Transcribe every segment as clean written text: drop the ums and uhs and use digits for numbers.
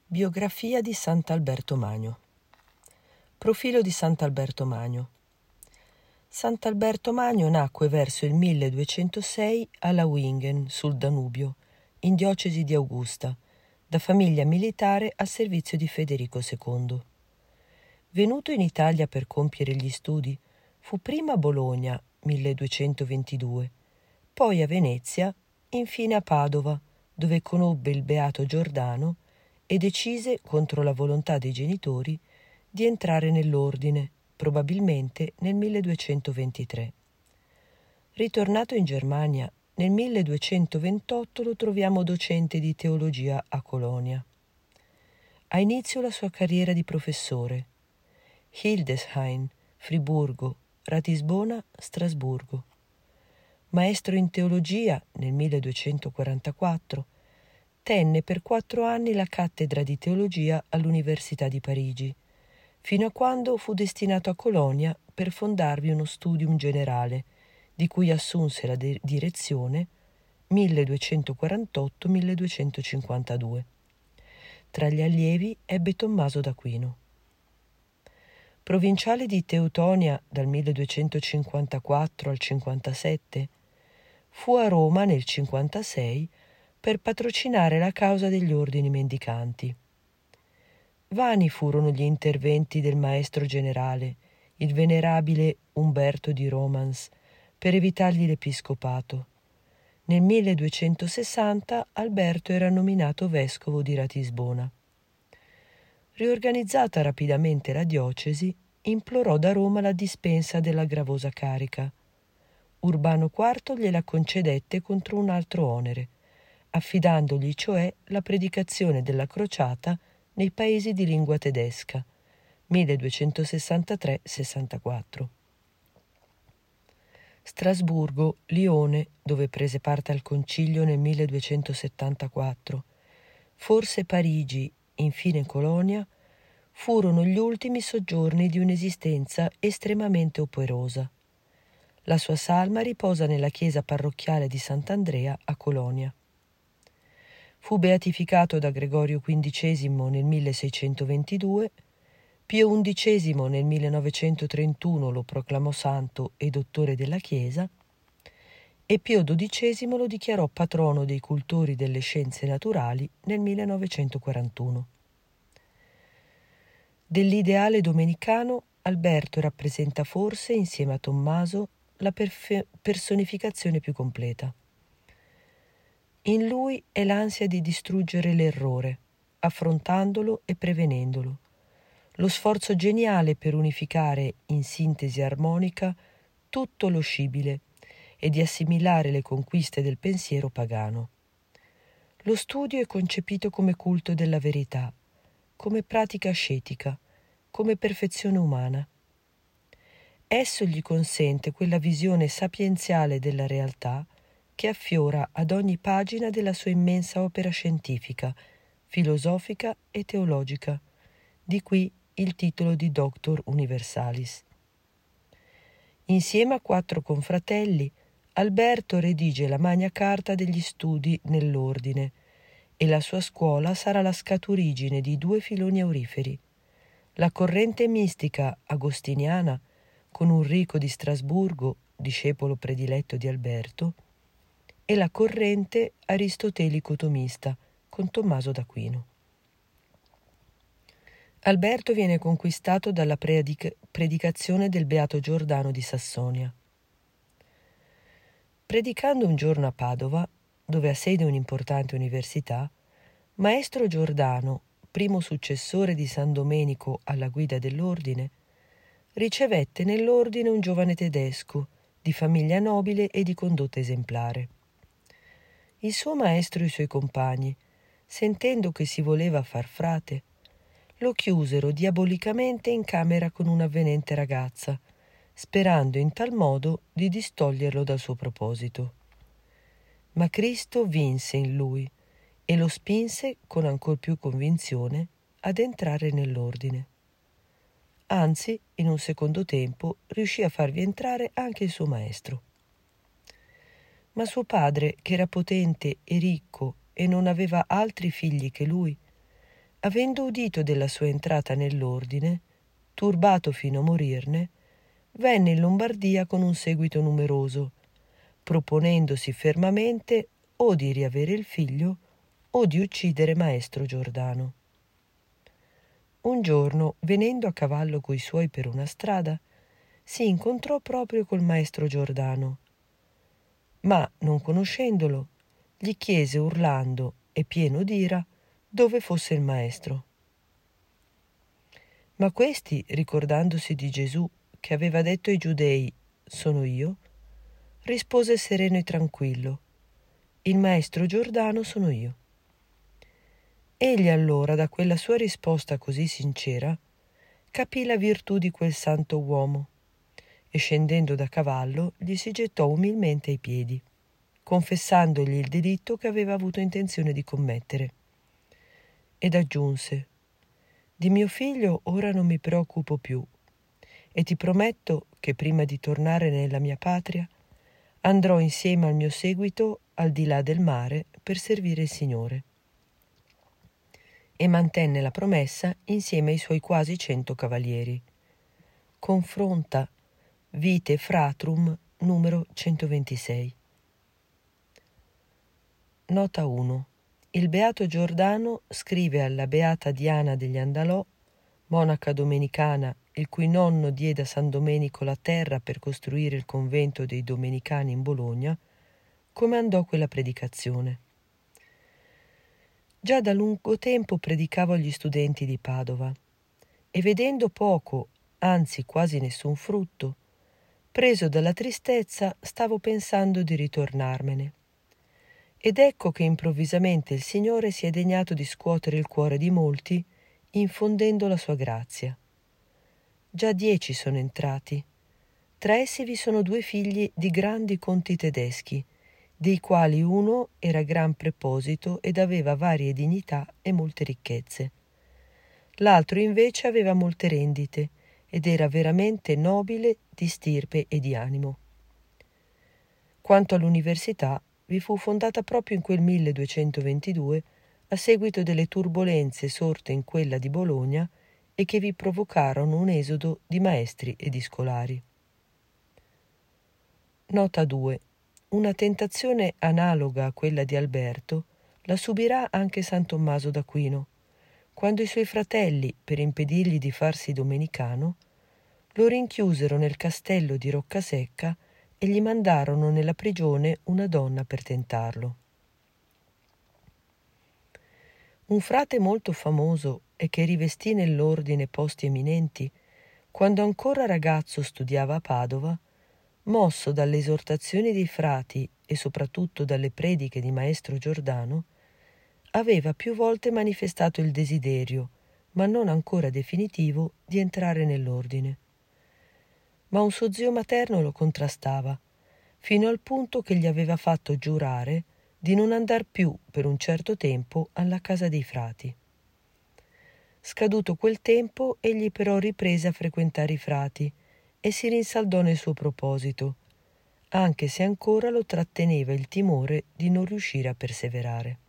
Biografia di Sant'Alberto Magno. Profilo di Sant'Alberto Magno. Sant'Alberto Magno nacque verso il 1206 a Lauingen, sul Danubio, in diocesi di Augusta, da famiglia militare al servizio di Federico II. Venuto in Italia per compiere gli studi, fu prima a Bologna, 1222, poi a Venezia, infine a Padova, dove conobbe il beato Giordano e decise, contro la volontà dei genitori, di entrare nell'ordine, probabilmente nel 1223. Ritornato in Germania, nel 1228 lo troviamo docente di teologia a Colonia. Ha inizio la sua carriera di professore. Hildesheim, Friburgo, Ratisbona, Strasburgo. Maestro in teologia nel 1244, tenne per 4 anni la cattedra di teologia all'Università di Parigi, fino a quando fu destinato a Colonia per fondarvi uno studium generale, di cui assunse la direzione 1248-1252. Tra gli allievi ebbe Tommaso d'Aquino. Provinciale di Teutonia dal 1254 al 57, fu a Roma nel 56 per patrocinare la causa degli ordini mendicanti. Vani furono gli interventi del maestro generale, il venerabile Umberto di Romans, per evitargli l'episcopato. Nel 1260 Alberto era nominato vescovo di Ratisbona. Riorganizzata rapidamente la diocesi, implorò da Roma la dispensa della gravosa carica. Urbano IV gliela concedette contro un altro onere, affidandogli cioè la predicazione della crociata nei paesi di lingua tedesca, 1263-64. Strasburgo, Lione, dove prese parte al concilio nel 1274, forse Parigi, infine Colonia, furono gli ultimi soggiorni di un'esistenza estremamente operosa. La sua salma riposa nella chiesa parrocchiale di Sant'Andrea a Colonia. Fu beatificato da Gregorio XV nel 1622, Pio XI nel 1931 lo proclamò santo e dottore della Chiesa e Pio XII lo dichiarò patrono dei cultori delle scienze naturali nel 1941. Dell'ideale domenicano, Alberto rappresenta forse, insieme a Tommaso, la personificazione più completa. In lui è l'ansia di distruggere l'errore, affrontandolo e prevenendolo, lo sforzo geniale per unificare in sintesi armonica tutto lo scibile e di assimilare le conquiste del pensiero pagano. Lo studio è concepito come culto della verità, come pratica ascetica, come perfezione umana. Esso gli consente quella visione sapienziale della realtà che affiora ad ogni pagina della sua immensa opera scientifica, filosofica e teologica, di qui il titolo di Doctor Universalis. Insieme a 4 confratelli, Alberto redige la Magna Carta degli studi nell'ordine e la sua scuola sarà la scaturigine di 2 filoni auriferi: la corrente mistica agostiniana, con Ulrico di Strasburgo, discepolo prediletto di Alberto, e la corrente aristotelico-tomista, con Tommaso d'Aquino. Alberto viene conquistato dalla predicazione del beato Giordano di Sassonia. Predicando un giorno a Padova, dove ha sede un'importante università, maestro Giordano, primo successore di San Domenico alla guida dell'ordine, ricevette nell'ordine un giovane tedesco, di famiglia nobile e di condotta esemplare. Il suo maestro e i suoi compagni, sentendo che si voleva far frate, lo chiusero diabolicamente in camera con un'avvenente ragazza, sperando in tal modo di distoglierlo dal suo proposito. Ma Cristo vinse in lui e lo spinse con ancor più convinzione ad entrare nell'ordine. Anzi, in un secondo tempo riuscì a farvi entrare anche il suo maestro. Ma suo padre, che era potente e ricco e non aveva altri figli che lui, avendo udito della sua entrata nell'ordine, turbato fino a morirne, venne in Lombardia con un seguito numeroso, proponendosi fermamente o di riavere il figlio o di uccidere maestro Giordano. Un giorno, venendo a cavallo coi suoi per una strada, si incontrò proprio col maestro Giordano, ma, non conoscendolo, gli chiese urlando e pieno d'ira dove fosse il maestro. Ma questi, ricordandosi di Gesù che aveva detto ai giudei «Sono io», rispose sereno e tranquillo «Il maestro Giordano sono io». Egli allora, da quella sua risposta così sincera, capì la virtù di quel santo uomo e scendendo da cavallo gli si gettò umilmente ai piedi, confessandogli il delitto che aveva avuto intenzione di commettere. Ed aggiunse: «Di mio figlio ora non mi preoccupo più e ti prometto che prima di tornare nella mia patria andrò insieme al mio seguito al di là del mare per servire il Signore». E mantenne la promessa insieme ai suoi quasi 100 cavalieri. Confronta Vitae Fratrum numero 126. Nota 1. Il beato Giordano scrive alla beata Diana degli Andalò, monaca domenicana il cui nonno diede a San Domenico la terra per costruire il convento dei Domenicani in Bologna, come andò quella predicazione. Già da lungo tempo predicavo agli studenti di Padova e vedendo poco, anzi quasi nessun frutto, preso dalla tristezza stavo pensando di ritornarmene. Ed ecco che improvvisamente il Signore si è degnato di scuotere il cuore di molti, infondendo la sua grazia. Già 10 sono entrati. Tra essi vi sono 2 figli di grandi conti tedeschi, dei quali uno era gran preposito ed aveva varie dignità e molte ricchezze. L'altro invece aveva molte rendite ed era veramente nobile di stirpe e di animo. Quanto all'università, vi fu fondata proprio in quel 1222 a seguito delle turbolenze sorte in quella di Bologna e che vi provocarono un esodo di maestri e di scolari. Nota 2. Una tentazione analoga a quella di Alberto la subirà anche San Tommaso d'Aquino, quando i suoi fratelli, per impedirgli di farsi domenicano, lo rinchiusero nel castello di Roccasecca e gli mandarono nella prigione una donna per tentarlo. Un frate molto famoso e che rivestì nell'ordine posti eminenti, quando ancora ragazzo studiava a Padova, mosso dalle esortazioni dei frati e soprattutto dalle prediche di maestro Giordano, aveva più volte manifestato il desiderio, ma non ancora definitivo, di entrare nell'ordine. Ma un suo zio materno lo contrastava, fino al punto che gli aveva fatto giurare di non andar più per un certo tempo alla casa dei frati. Scaduto quel tempo, egli però riprese a frequentare i frati e si rinsaldò nel suo proposito, anche se ancora lo tratteneva il timore di non riuscire a perseverare.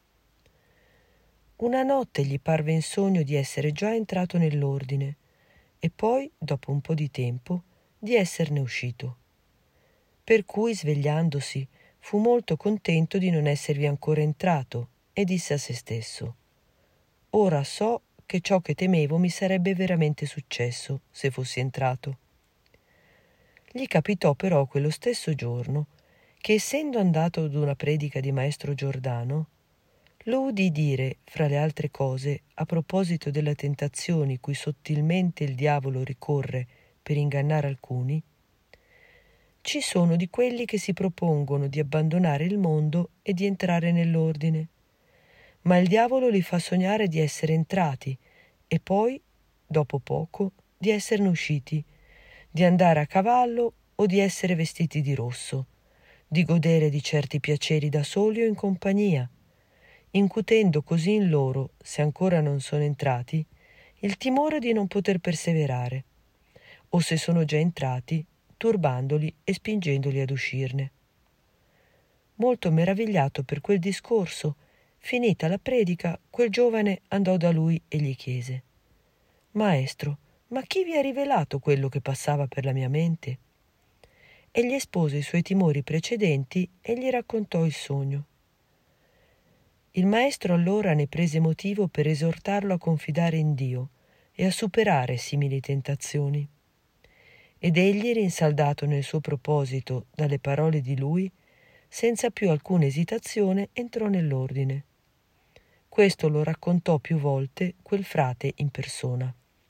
Una notte gli parve in sogno di essere già entrato nell'ordine e poi, dopo un po' di tempo, di esserne uscito. Per cui, svegliandosi, fu molto contento di non esservi ancora entrato e disse a se stesso: «Ora so che ciò che temevo mi sarebbe veramente successo se fossi entrato». Gli capitò però quello stesso giorno che, essendo andato ad una predica di maestro Giordano, lo udì dire, fra le altre cose, a proposito delle tentazioni cui sottilmente il diavolo ricorre per ingannare alcuni: «Ci sono di quelli che si propongono di abbandonare il mondo e di entrare nell'ordine, ma il diavolo li fa sognare di essere entrati e poi, dopo poco, di esserne usciti, di andare a cavallo o di essere vestiti di rosso, di godere di certi piaceri da soli o in compagnia, incutendo così in loro, se ancora non sono entrati, il timore di non poter perseverare, o se sono già entrati, turbandoli e spingendoli ad uscirne». Molto meravigliato per quel discorso, Finita la predica, quel giovane andò da lui e gli chiese: «Maestro, ma chi vi ha rivelato quello che passava per la mia mente?» E gli espose i suoi timori precedenti e gli raccontò il sogno. Il maestro allora ne prese motivo per esortarlo a confidare in Dio e a superare simili tentazioni. Ed egli, rinsaldato nel suo proposito dalle parole di lui, senza più alcuna esitazione entrò nell'ordine. Questo lo raccontò più volte quel frate in persona.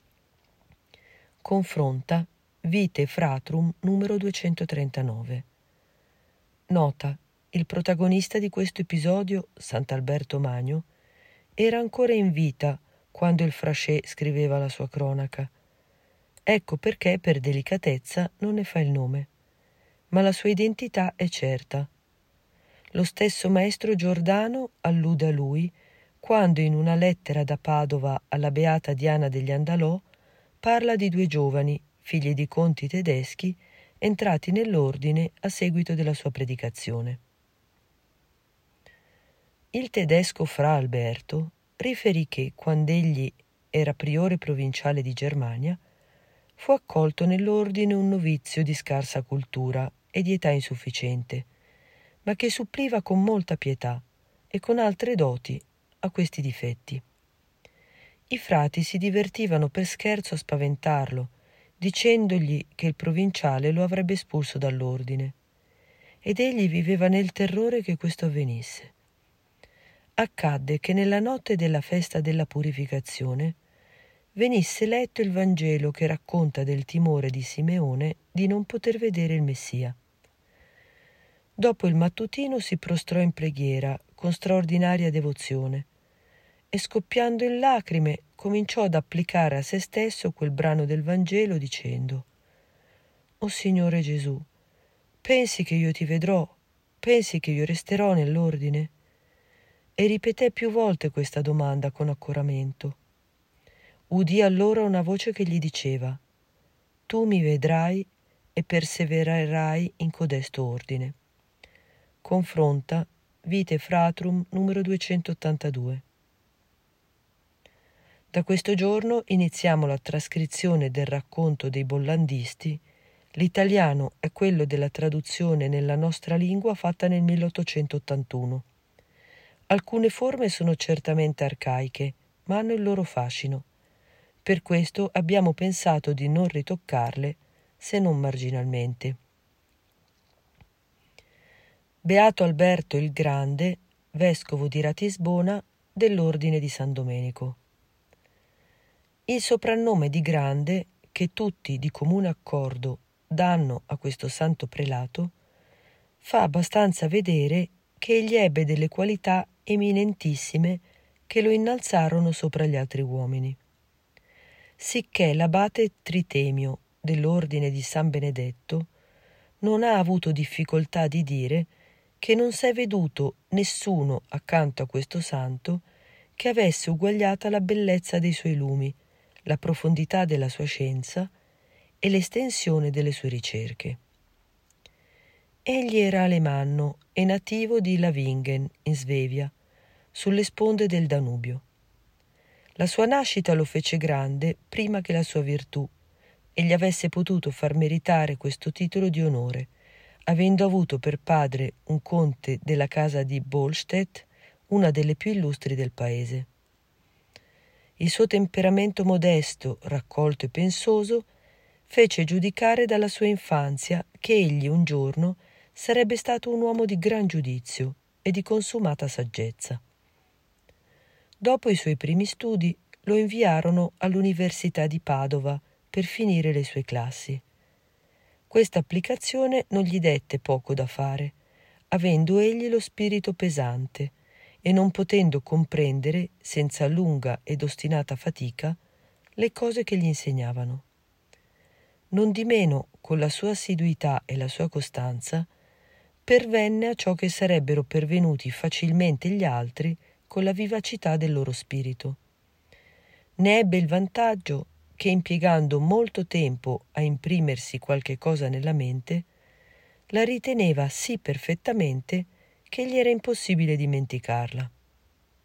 Confronta Vitae Fratrum numero 239. Nota: il protagonista di questo episodio, Sant'Alberto Magno, era ancora in vita quando il Frashë scriveva la sua cronaca. Ecco perché per delicatezza non ne fa il nome, ma la sua identità è certa. Lo stesso maestro Giordano allude a lui quando in una lettera da Padova alla beata Diana degli Andalò parla di due giovani, figli di conti tedeschi, entrati nell'ordine a seguito della sua predicazione. Il tedesco Fra Alberto riferì che, quando egli era priore provinciale di Germania, fu accolto nell'ordine un novizio di scarsa cultura e di età insufficiente, ma che suppliva con molta pietà e con altre doti a questi difetti. I frati si divertivano per scherzo a spaventarlo, dicendogli che il provinciale lo avrebbe espulso dall'ordine, ed egli viveva nel terrore che questo avvenisse. Accadde che nella notte della festa della purificazione venisse letto il Vangelo che racconta del timore di Simeone di non poter vedere il Messia. Dopo il mattutino si prostrò in preghiera con straordinaria devozione e, scoppiando in lacrime, cominciò ad applicare a se stesso quel brano del Vangelo dicendo: «O Signore Gesù, pensi che io ti vedrò? Pensi che io resterò nell'ordine?» E ripeté più volte questa domanda con accoramento. Udì allora una voce che gli diceva: «Tu mi vedrai e persevererai in codesto ordine». Confronta Vitae Fratrum numero 282. Da questo giorno iniziamo la trascrizione del racconto dei Bollandisti. L'italiano è quello della traduzione nella nostra lingua fatta nel 1881. Alcune forme sono certamente arcaiche, ma hanno il loro fascino. Per questo abbiamo pensato di non ritoccarle, se non marginalmente. Beato Alberto il Grande, vescovo di Ratisbona dell'Ordine di San Domenico. Il soprannome di Grande, che tutti di comune accordo danno a questo santo prelato, fa abbastanza vedere che egli ebbe delle qualità eminentissime che lo innalzarono sopra gli altri uomini. Sicché l'abate Tritemio dell'ordine di San Benedetto non ha avuto difficoltà di dire che non s'è veduto nessuno accanto a questo santo che avesse uguagliata la bellezza dei suoi lumi, la profondità della sua scienza e l'estensione delle sue ricerche. Egli era alemanno e nativo di Lavingen, in Svevia, sulle sponde del Danubio. La sua nascita lo fece grande prima che la sua virtù e gli avesse potuto far meritare questo titolo di onore, avendo avuto per padre un conte della casa di Bollstedt, una delle più illustri del paese. Il suo temperamento modesto, raccolto e pensoso fece giudicare dalla sua infanzia che egli un giorno sarebbe stato un uomo di gran giudizio e di consumata saggezza. Dopo i suoi primi studi lo inviarono all'Università di Padova per finire le sue classi. Questa applicazione non gli dette poco da fare, avendo egli lo spirito pesante e non potendo comprendere, senza lunga ed ostinata fatica, le cose che gli insegnavano. Nondimeno, con la sua assiduità e la sua costanza, pervenne a ciò che sarebbero pervenuti facilmente gli altri con la vivacità del loro spirito. Ne ebbe il vantaggio che, impiegando molto tempo a imprimersi qualche cosa nella mente, la riteneva sì perfettamente che gli era impossibile dimenticarla.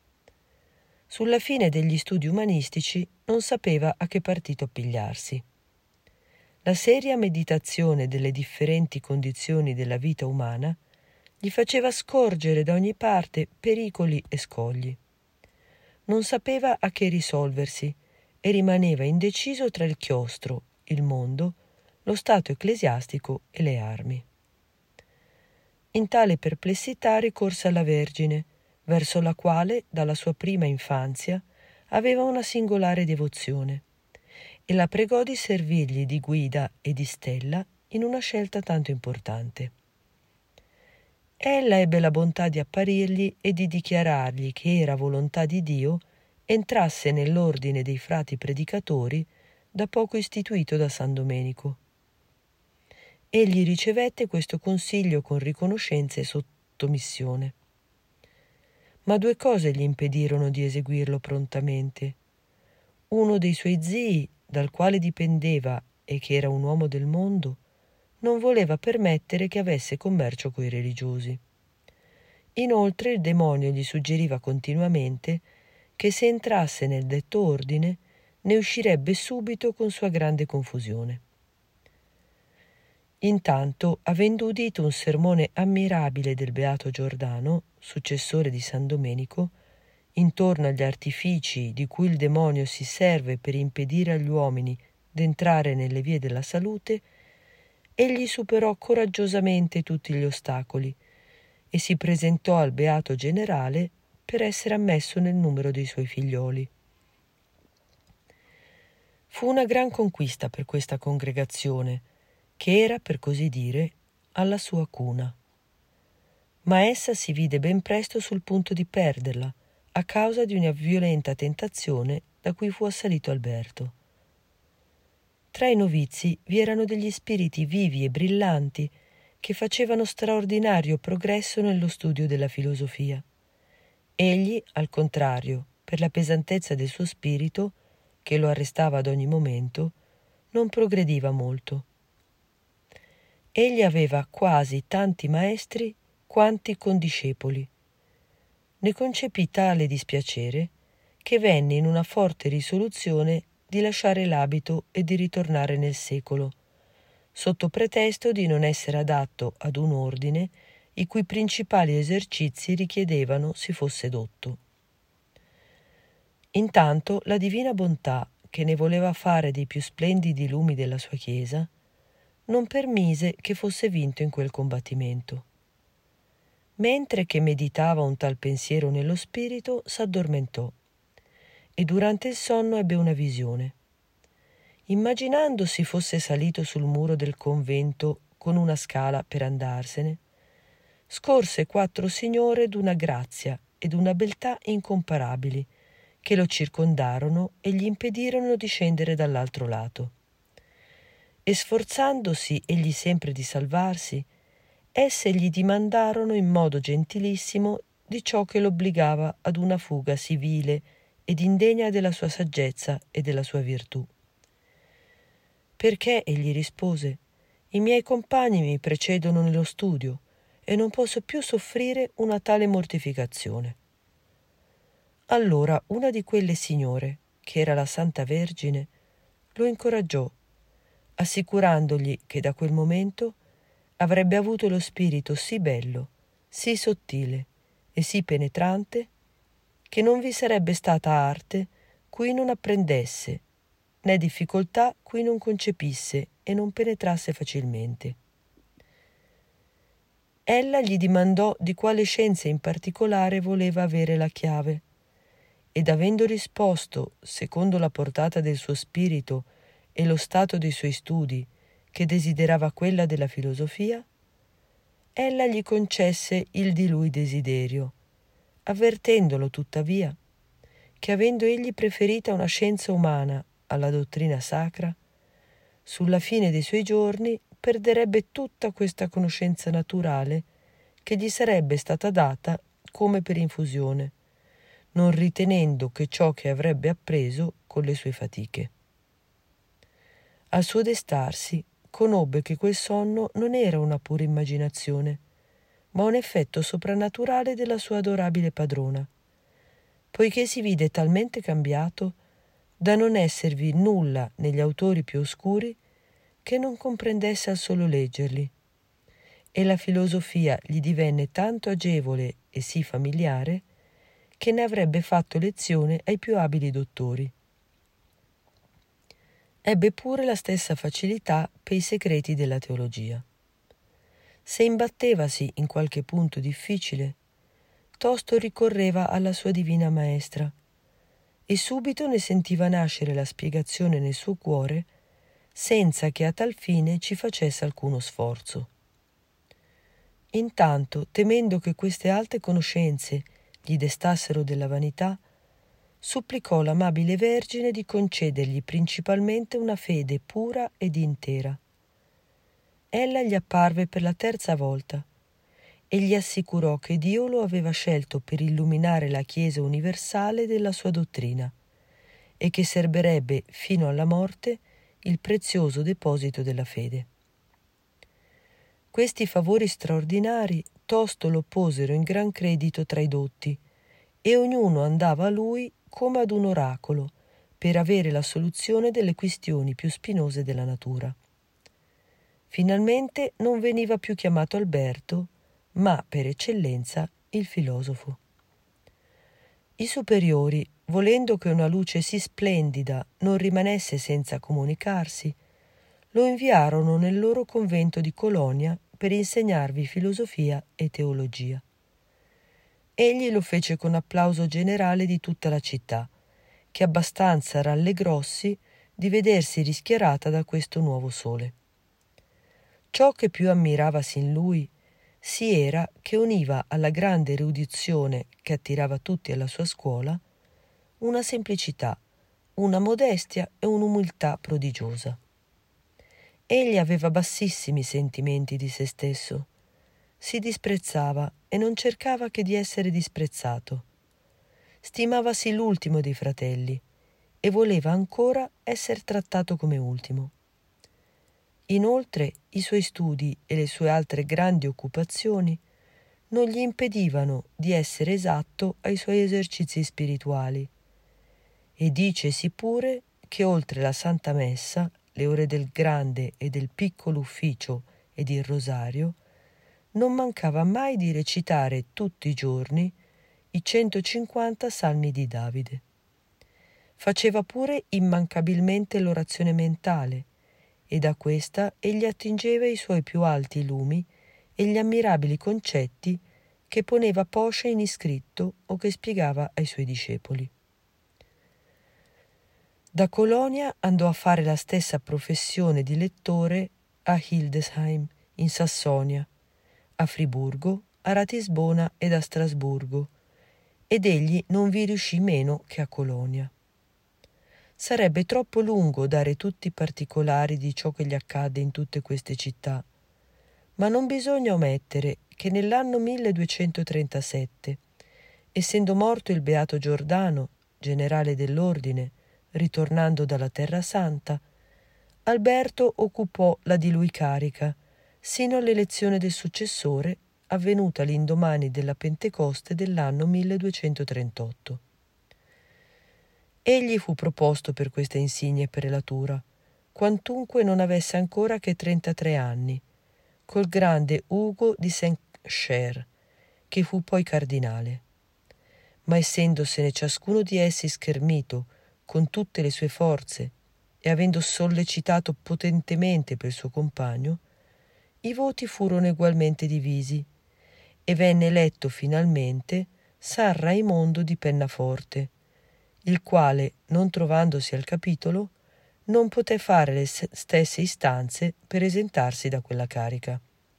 sulla fine degli studi umanistici non sapeva a che partito pigliarsi. La seria meditazione delle differenti condizioni della vita umana gli faceva scorgere da ogni parte pericoli e scogli. Non sapeva a che risolversi e rimaneva indeciso tra il chiostro, il mondo, lo stato ecclesiastico e le armi. In tale perplessità ricorse alla Vergine, verso la quale, dalla sua prima infanzia, aveva una singolare devozione, e la pregò di servirgli di guida e di stella in una scelta tanto importante. Ella ebbe la bontà di apparirgli e di dichiarargli che era volontà di Dio entrasse nell'ordine dei frati predicatori da poco istituito da San Domenico. Egli ricevette questo consiglio con riconoscenza e sottomissione. Ma due cose gli impedirono di eseguirlo prontamente. Uno dei suoi zii, dal quale dipendeva e che era un uomo del mondo, non voleva permettere che avesse commercio coi religiosi. Inoltre il demonio gli suggeriva continuamente che se entrasse nel detto ordine ne uscirebbe subito con sua grande confusione. Intanto, avendo udito un sermone ammirabile del beato Giordano, successore di San Domenico, intorno agli artifici di cui il demonio si serve per impedire agli uomini d'entrare nelle vie della salute, egli superò coraggiosamente tutti gli ostacoli e si presentò al beato generale per essere ammesso nel numero dei suoi figlioli. Fu una gran conquista per questa congregazione, che era, per così dire, alla sua cuna. Ma essa si vide ben presto sul punto di perderla, a causa di una violenta tentazione da cui fu assalito Alberto. Tra i novizi vi erano degli spiriti vivi e brillanti che facevano straordinario progresso nello studio della filosofia. Egli, al contrario, per la pesantezza del suo spirito, che lo arrestava ad ogni momento, non progrediva molto. Egli aveva quasi tanti maestri quanti condiscepoli. Ne concepì tale dispiacere che venne in una forte risoluzione di lasciare l'abito e di ritornare nel secolo, sotto pretesto di non essere adatto ad un ordine i cui principali esercizi richiedevano si fosse dotto. Intanto la divina bontà, che ne voleva fare dei più splendidi lumi della sua Chiesa, non permise che fosse vinto in quel combattimento. Mentre che meditava un tal pensiero nello spirito, s'addormentò e durante il sonno ebbe una visione. Immaginandosi fosse salito sul muro del convento con una scala per andarsene, scorse 4 signore d'una grazia e d'una beltà incomparabili, che lo circondarono e gli impedirono di scendere dall'altro lato. E sforzandosi egli sempre di salvarsi, esse gli dimandarono in modo gentilissimo di ciò che l'obbligava ad una fuga sì vile ed indegna della sua saggezza e della sua virtù. Perché, egli rispose, i miei compagni mi precedono nello studio e non posso più soffrire una tale mortificazione. Allora una di quelle signore, che era la Santa Vergine, lo incoraggiò, assicurandogli che da quel momento avrebbe avuto lo spirito sì bello, sì sottile e sì penetrante, che non vi sarebbe stata arte cui non apprendesse, né difficoltà cui non concepisse e non penetrasse facilmente. Ella gli dimandò di quale scienza in particolare voleva avere la chiave, ed avendo risposto, secondo la portata del suo spirito e lo stato dei suoi studi, che desiderava quella della filosofia, ella gli concesse il di lui desiderio, avvertendolo tuttavia che, avendo egli preferita una scienza umana alla dottrina sacra, sulla fine dei suoi giorni perderebbe tutta questa conoscenza naturale che gli sarebbe stata data come per infusione, non ritenendo che ciò che avrebbe appreso con le sue fatiche. Al suo destarsi conobbe che quel sonno non era una pura immaginazione, ma un effetto soprannaturale della sua adorabile padrona, poiché si vide talmente cambiato da non esservi nulla negli autori più oscuri che non comprendesse al solo leggerli, e la filosofia gli divenne tanto agevole e sì familiare che ne avrebbe fatto lezione ai più abili dottori. Ebbe pure la stessa facilità per i segreti della teologia. Se imbattevasi in qualche punto difficile, tosto ricorreva alla sua divina maestra e subito ne sentiva nascere la spiegazione nel suo cuore, senza che a tal fine ci facesse alcuno sforzo. Intanto, temendo che queste alte conoscenze gli destassero della vanità, supplicò l'amabile Vergine di concedergli principalmente una fede pura ed intera. Ella gli apparve per la terza volta e gli assicurò che Dio lo aveva scelto per illuminare la Chiesa universale della sua dottrina e che serberebbe fino alla morte il prezioso deposito della fede. Questi favori straordinari tosto lo posero in gran credito tra i dotti e ognuno andava a lui come ad un oracolo per avere la soluzione delle questioni più spinose della natura. Finalmente non veniva più chiamato Alberto, ma per eccellenza il filosofo. I superiori, volendo che una luce sì splendida non rimanesse senza comunicarsi, lo inviarono nel loro convento di Colonia per insegnarvi filosofia e teologia. Egli lo fece con applauso generale di tutta la città, che abbastanza rallegrossi di vedersi rischiarata da questo nuovo sole. Ciò che più ammiravasi in lui si era che univa alla grande erudizione che attirava tutti alla sua scuola una semplicità, una modestia e un'umiltà prodigiosa. Egli aveva bassissimi sentimenti di se stesso, si disprezzava e non cercava che di essere disprezzato. Stimavasi l'ultimo dei fratelli e voleva ancora essere trattato come ultimo. Inoltre i suoi studi e le sue altre grandi occupazioni non gli impedivano di essere esatto ai suoi esercizi spirituali, e dicesi pure che oltre la Santa Messa, le ore del grande e del piccolo ufficio ed il rosario, non mancava mai di recitare tutti i giorni i 150 salmi di Davide. Faceva pure immancabilmente l'orazione mentale, e da questa egli attingeva i suoi più alti lumi e gli ammirabili concetti che poneva poscia in iscritto o che spiegava ai suoi discepoli. Da Colonia andò a fare la stessa professione di lettore a Hildesheim, in Sassonia, a Friburgo, a Ratisbona ed a Strasburgo, ed egli non vi riuscì meno che a Colonia. Sarebbe troppo lungo dare tutti i particolari di ciò che gli accadde in tutte queste città, ma non bisogna omettere che nell'anno 1237, essendo morto il beato Giordano, generale dell'ordine, ritornando dalla Terra Santa, Alberto occupò la di lui carica, sino all'elezione del successore, avvenuta l'indomani della Pentecoste dell'anno 1238. Egli fu proposto per questa insigne prelatura, quantunque non avesse ancora che 33 anni, col grande Ugo di Saint-Cher, che fu poi cardinale. Ma essendosene ciascuno di essi schermito con tutte le sue forze e avendo sollecitato potentemente per il suo compagno, i voti furono egualmente divisi e venne eletto finalmente San Raimondo di Pennaforte, il quale, non trovandosi al capitolo, non poté fare le stesse istanze per esentarsi da quella carica.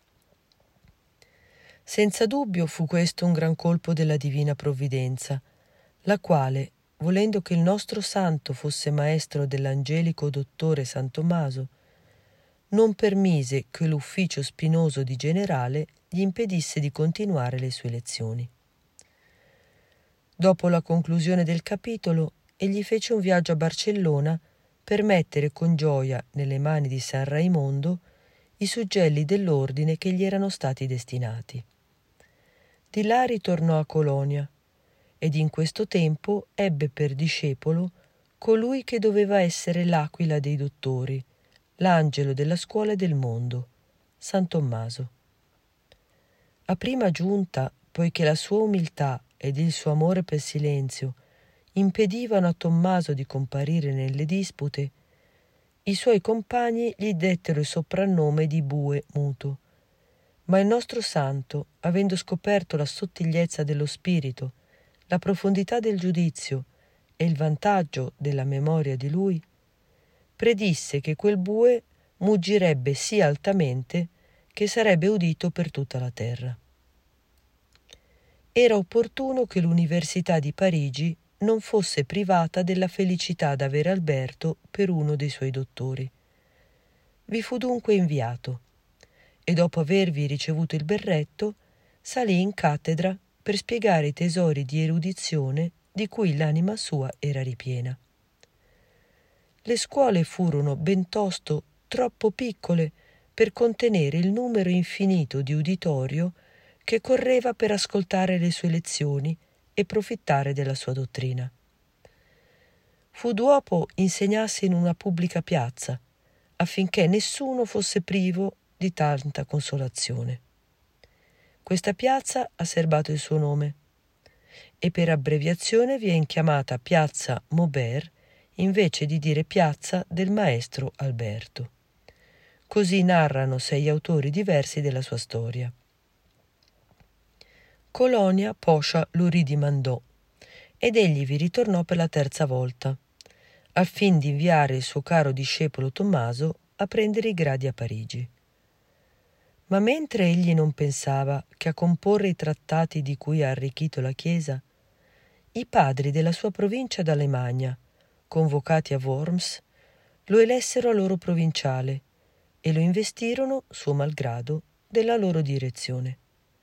Senza dubbio fu questo un gran colpo della divina provvidenza, la quale, volendo che il nostro santo fosse maestro dell'angelico dottore San Tommaso, non permise che l'ufficio spinoso di generale gli impedisse di continuare le sue lezioni. Dopo la conclusione del capitolo, egli fece un viaggio a Barcellona per mettere con gioia nelle mani di San Raimondo i suggelli dell'ordine che gli erano stati destinati. Di là ritornò a Colonia ed in questo tempo ebbe per discepolo colui che doveva essere l'aquila dei dottori, l'angelo della scuola e del mondo, San Tommaso. A prima giunta, poiché la sua umiltà ed il suo amore per silenzio impedivano a Tommaso di comparire nelle dispute, i suoi compagni gli dettero il soprannome di Bue muto. Ma il nostro santo, avendo scoperto la sottigliezza dello spirito, la profondità del giudizio e il vantaggio della memoria di lui, predisse che quel bue muggirebbe sì altamente che sarebbe udito per tutta la terra. Era opportuno che l'Università di Parigi non fosse privata della felicità d'avere Alberto per uno dei suoi dottori. Vi fu dunque inviato, e dopo avervi ricevuto il berretto, salì in cattedra per spiegare i tesori di erudizione di cui l'anima sua era ripiena. Le scuole furono bentosto troppo piccole per contenere il numero infinito di uditorio che correva per ascoltare le sue lezioni e profittare della sua dottrina. Fu d'uopo insegnasse in una pubblica piazza, affinché nessuno fosse privo di tanta consolazione. Questa piazza ha serbato il suo nome e per abbreviazione viene chiamata Piazza Maubert invece di dire Piazza del Maestro Alberto. Così narrano 6 autori diversi della sua storia. Colonia poscia lo ridimandò ed egli vi ritornò per la 3ª volta, al fin di inviare il suo caro discepolo Tommaso a prendere i gradi a Parigi. Ma mentre egli non pensava che a comporre i trattati di cui ha arricchito la Chiesa, i padri della sua provincia d'Alemagna, convocati a Worms, lo elessero a loro provinciale e lo investirono, suo malgrado, della loro direzione.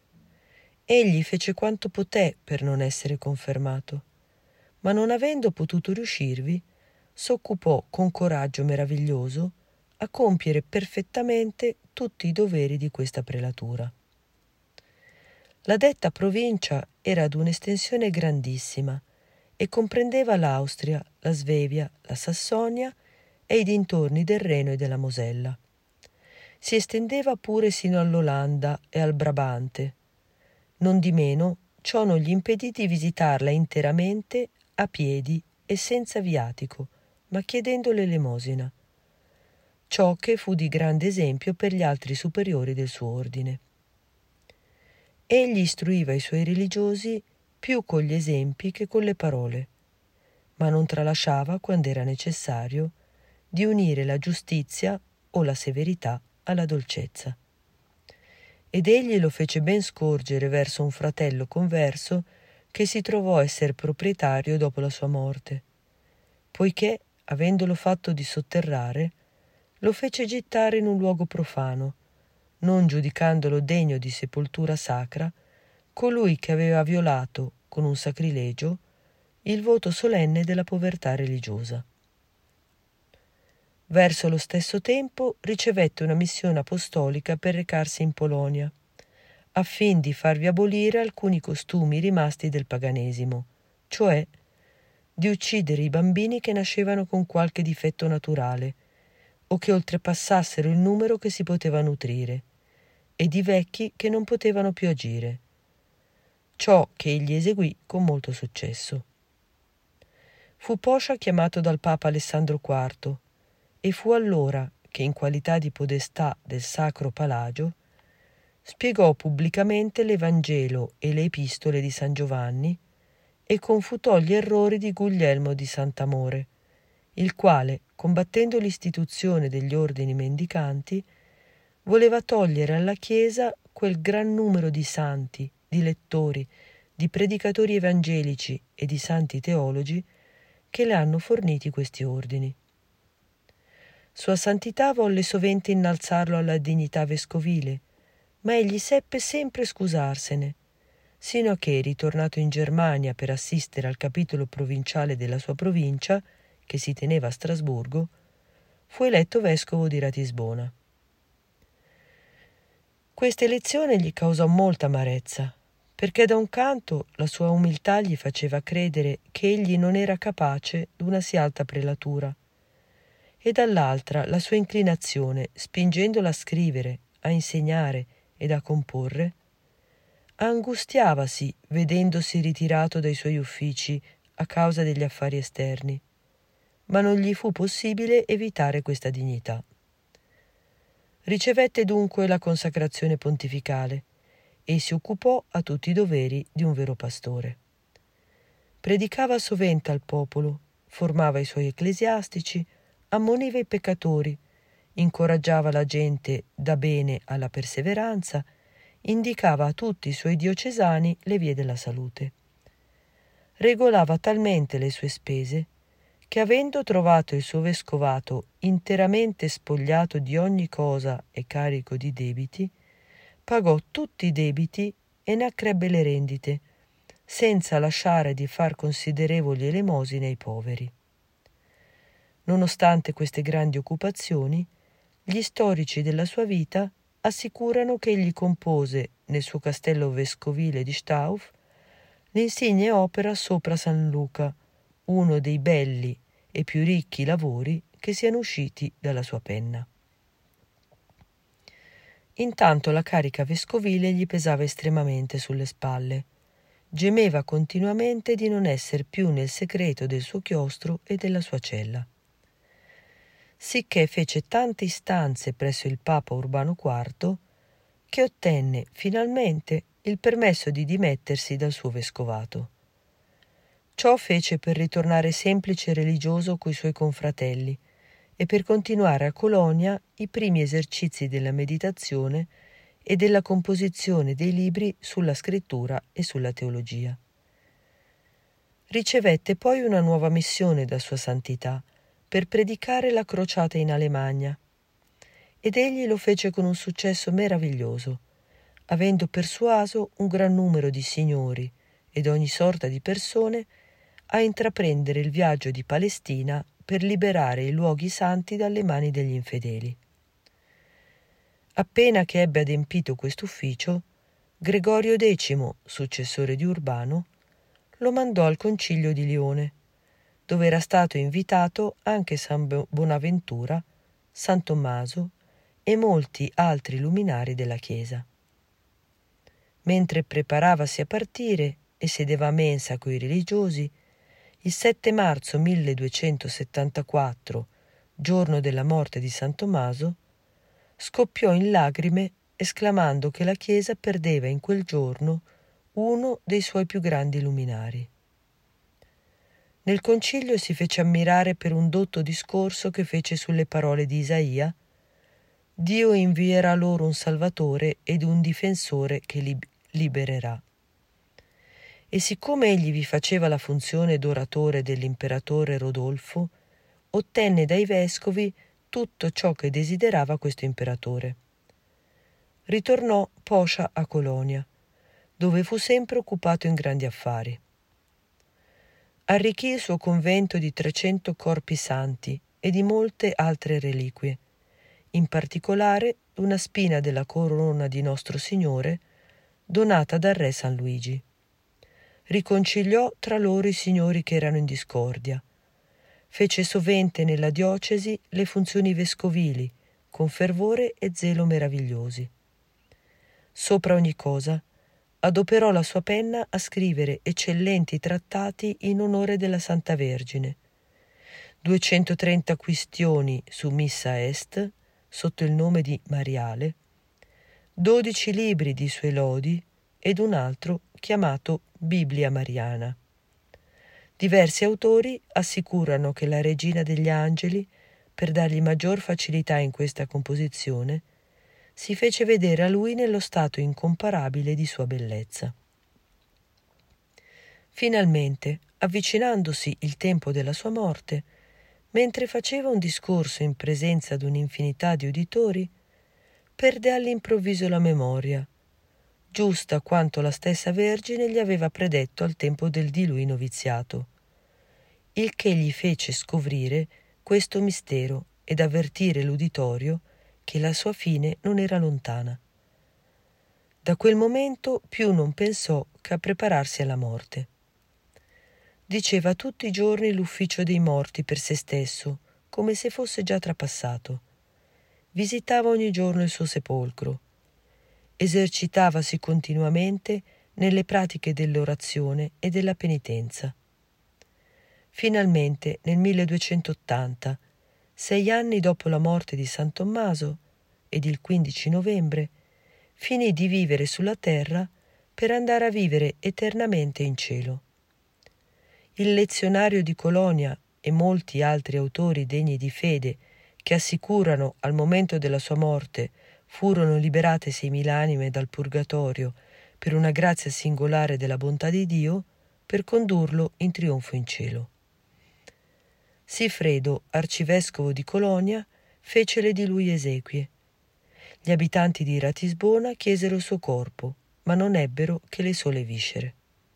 Egli fece quanto poté per non essere confermato, ma non avendo potuto riuscirvi, s'occupò con coraggio meraviglioso a compiere perfettamente tutti i doveri di questa prelatura. La detta provincia era ad un'estensione grandissima e comprendeva l'Austria, la Svevia, la Sassonia e i dintorni del Reno e della Mosella. Si estendeva pure sino all'Olanda e al Brabante. Nondimeno, ciò non gli impedì di visitarla interamente a piedi e senza viatico, ma chiedendo l'elemosina. Ciò che fu di grande esempio per gli altri superiori del suo ordine. Egli istruiva i suoi religiosi più con gli esempi che con le parole, ma non tralasciava, quando era necessario, di unire la giustizia o la severità alla dolcezza. Ed egli lo fece ben scorgere verso un fratello converso che si trovò esser proprietario dopo la sua morte, poiché, avendolo fatto dissotterrare, lo fece gettare in un luogo profano, non giudicandolo degno di sepoltura sacra, colui che aveva violato, con un sacrilegio, il voto solenne della povertà religiosa. Verso lo stesso tempo ricevette una missione apostolica per recarsi in Polonia, affin di farvi abolire alcuni costumi rimasti del paganesimo, cioè di uccidere i bambini che nascevano con qualche difetto naturale o che oltrepassassero il numero che si poteva nutrire, e di vecchi che non potevano più agire. Ciò che egli eseguì con molto successo. Fu poscia chiamato dal Papa Alessandro IV e fu allora che, in qualità di podestà del Sacro Palagio, spiegò pubblicamente l'Evangelo e le epistole di San Giovanni e confutò gli errori di Guglielmo di Sant'Amore, il quale, combattendo l'istituzione degli ordini mendicanti, voleva togliere alla Chiesa quel gran numero di santi, di lettori, di predicatori evangelici e di santi teologi che le hanno forniti questi ordini. Sua Santità volle sovente innalzarlo alla dignità vescovile, ma egli seppe sempre scusarsene, sino a che, ritornato in Germania per assistere al capitolo provinciale della sua provincia, che si teneva a Strasburgo, fu eletto vescovo di Ratisbona. Questa elezione gli causò molta amarezza, perché da un canto la sua umiltà gli faceva credere che egli non era capace d'una sì alta prelatura, e dall'altra la sua inclinazione, spingendola a scrivere, a insegnare ed a comporre, angustiavasi vedendosi ritirato dai suoi uffici a causa degli affari esterni, ma non gli fu possibile evitare questa dignità. Ricevette dunque la consacrazione pontificale e si occupò a tutti i doveri di un vero pastore. Predicava sovente al popolo, formava i suoi ecclesiastici, ammoniva i peccatori, incoraggiava la gente da bene alla perseveranza, indicava a tutti i suoi diocesani le vie della salute. Regolava talmente le sue spese che, avendo trovato il suo vescovato interamente spogliato di ogni cosa e carico di debiti, pagò tutti i debiti e ne accrebbe le rendite, senza lasciare di far considerevoli elemosine ai poveri. Nonostante queste grandi occupazioni, gli storici della sua vita assicurano che egli compose nel suo castello vescovile di Stauf l'insigne opera sopra San Luca, uno dei belli e più ricchi lavori che siano usciti dalla sua penna. Intanto la carica vescovile gli pesava estremamente sulle spalle. Gemeva continuamente di non essere più nel segreto del suo chiostro e della sua cella. Sicché fece tante istanze presso il Papa Urbano IV che ottenne finalmente il permesso di dimettersi dal suo vescovato. Ciò fece per ritornare semplice religioso coi suoi confratelli e per continuare a Colonia i primi esercizi della meditazione e della composizione dei libri sulla scrittura e sulla teologia. Ricevette poi una nuova missione da Sua Santità per predicare la crociata in Alemagna, ed egli lo fece con un successo meraviglioso, avendo persuaso un gran numero di signori ed ogni sorta di persone a intraprendere il viaggio di Palestina per liberare i luoghi santi dalle mani degli infedeli. Appena che ebbe adempito quest'ufficio, Gregorio X, successore di Urbano, lo mandò al Concilio di Lione, dove era stato invitato anche San Bonaventura, San Tommaso e molti altri luminari della Chiesa. Mentre preparavasi a partire e sedeva a mensa coi religiosi, il 7 marzo 1274, giorno della morte di San Tommaso, scoppiò in lagrime esclamando che la Chiesa perdeva in quel giorno uno dei suoi più grandi luminari. Nel concilio si fece ammirare per un dotto discorso che fece sulle parole di Isaia: Dio invierà loro un Salvatore ed un difensore che li libererà. E siccome egli vi faceva la funzione d'oratore dell'imperatore Rodolfo, ottenne dai vescovi tutto ciò che desiderava questo imperatore. Ritornò poscia a Colonia, dove fu sempre occupato in grandi affari. Arricchì il suo convento di 300 corpi santi e di molte altre reliquie, in particolare una spina della corona di Nostro Signore donata dal re San Luigi. Riconciliò tra loro i signori che erano in discordia. Fece sovente nella diocesi le funzioni vescovili con fervore e zelo meravigliosi. Sopra ogni cosa adoperò la sua penna a scrivere eccellenti trattati in onore della Santa Vergine, 230 quistioni su Missa Est sotto il nome di Mariale, 12 libri di sue lodi ed un altro chiamato Biblia Mariana. Diversi autori assicurano che la Regina degli Angeli, per dargli maggior facilità in questa composizione, si fece vedere a lui nello stato incomparabile di sua bellezza. Finalmente, avvicinandosi il tempo della sua morte, mentre faceva un discorso in presenza d'un'infinità di uditori, perde all'improvviso la memoria, giusta quanto la stessa Vergine gli aveva predetto al tempo del di lui noviziato, il che gli fece scovrire questo mistero ed avvertire l'uditorio che la sua fine non era lontana. Da quel momento più non pensò che a prepararsi alla morte. Diceva tutti i giorni l'ufficio dei morti per se stesso, come se fosse già trapassato. Visitava ogni giorno il suo sepolcro. Esercitavasi continuamente nelle pratiche dell'orazione e della penitenza. Finalmente, nel 1280, 6 anni dopo la morte di San Tommaso, ed il 15 novembre, finì di vivere sulla terra per andare a vivere eternamente in cielo. Il Lezionario di Colonia e molti altri autori degni di fede che assicurano al momento della sua morte furono liberate 6.000 anime dal purgatorio per una grazia singolare della bontà di Dio, per condurlo in trionfo in cielo. Sifredo, arcivescovo di Colonia, fecele di lui esequie. Gli abitanti di Ratisbona chiesero il suo corpo, ma non ebbero che le sole viscere.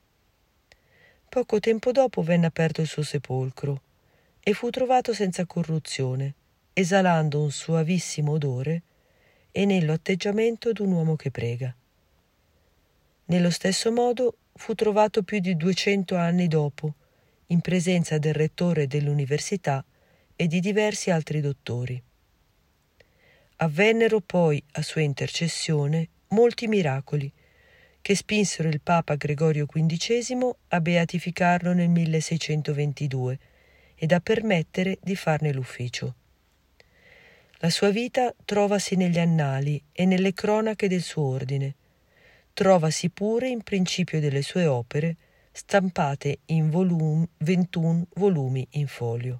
Poco tempo dopo venne aperto il suo sepolcro e fu trovato senza corruzione, esalando un suavissimo odore e nello atteggiamento d'un uomo che prega. Nello stesso modo fu trovato più di 200 anni dopo, in presenza del rettore dell'università e di diversi altri dottori. Avvennero poi, a sua intercessione, molti miracoli, che spinsero il Papa Gregorio XV a beatificarlo nel 1622 ed a permettere di farne l'ufficio. La sua vita trovasi negli annali e nelle cronache del suo ordine. Trovasi pure in principio delle sue opere, stampate in 21 volumi in folio.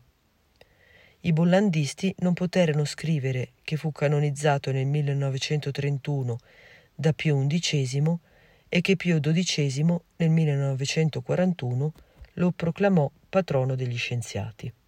I bollandisti non poterono scrivere che fu canonizzato nel 1931 da Pio XI e che Pio XII nel 1941 lo proclamò patrono degli scienziati.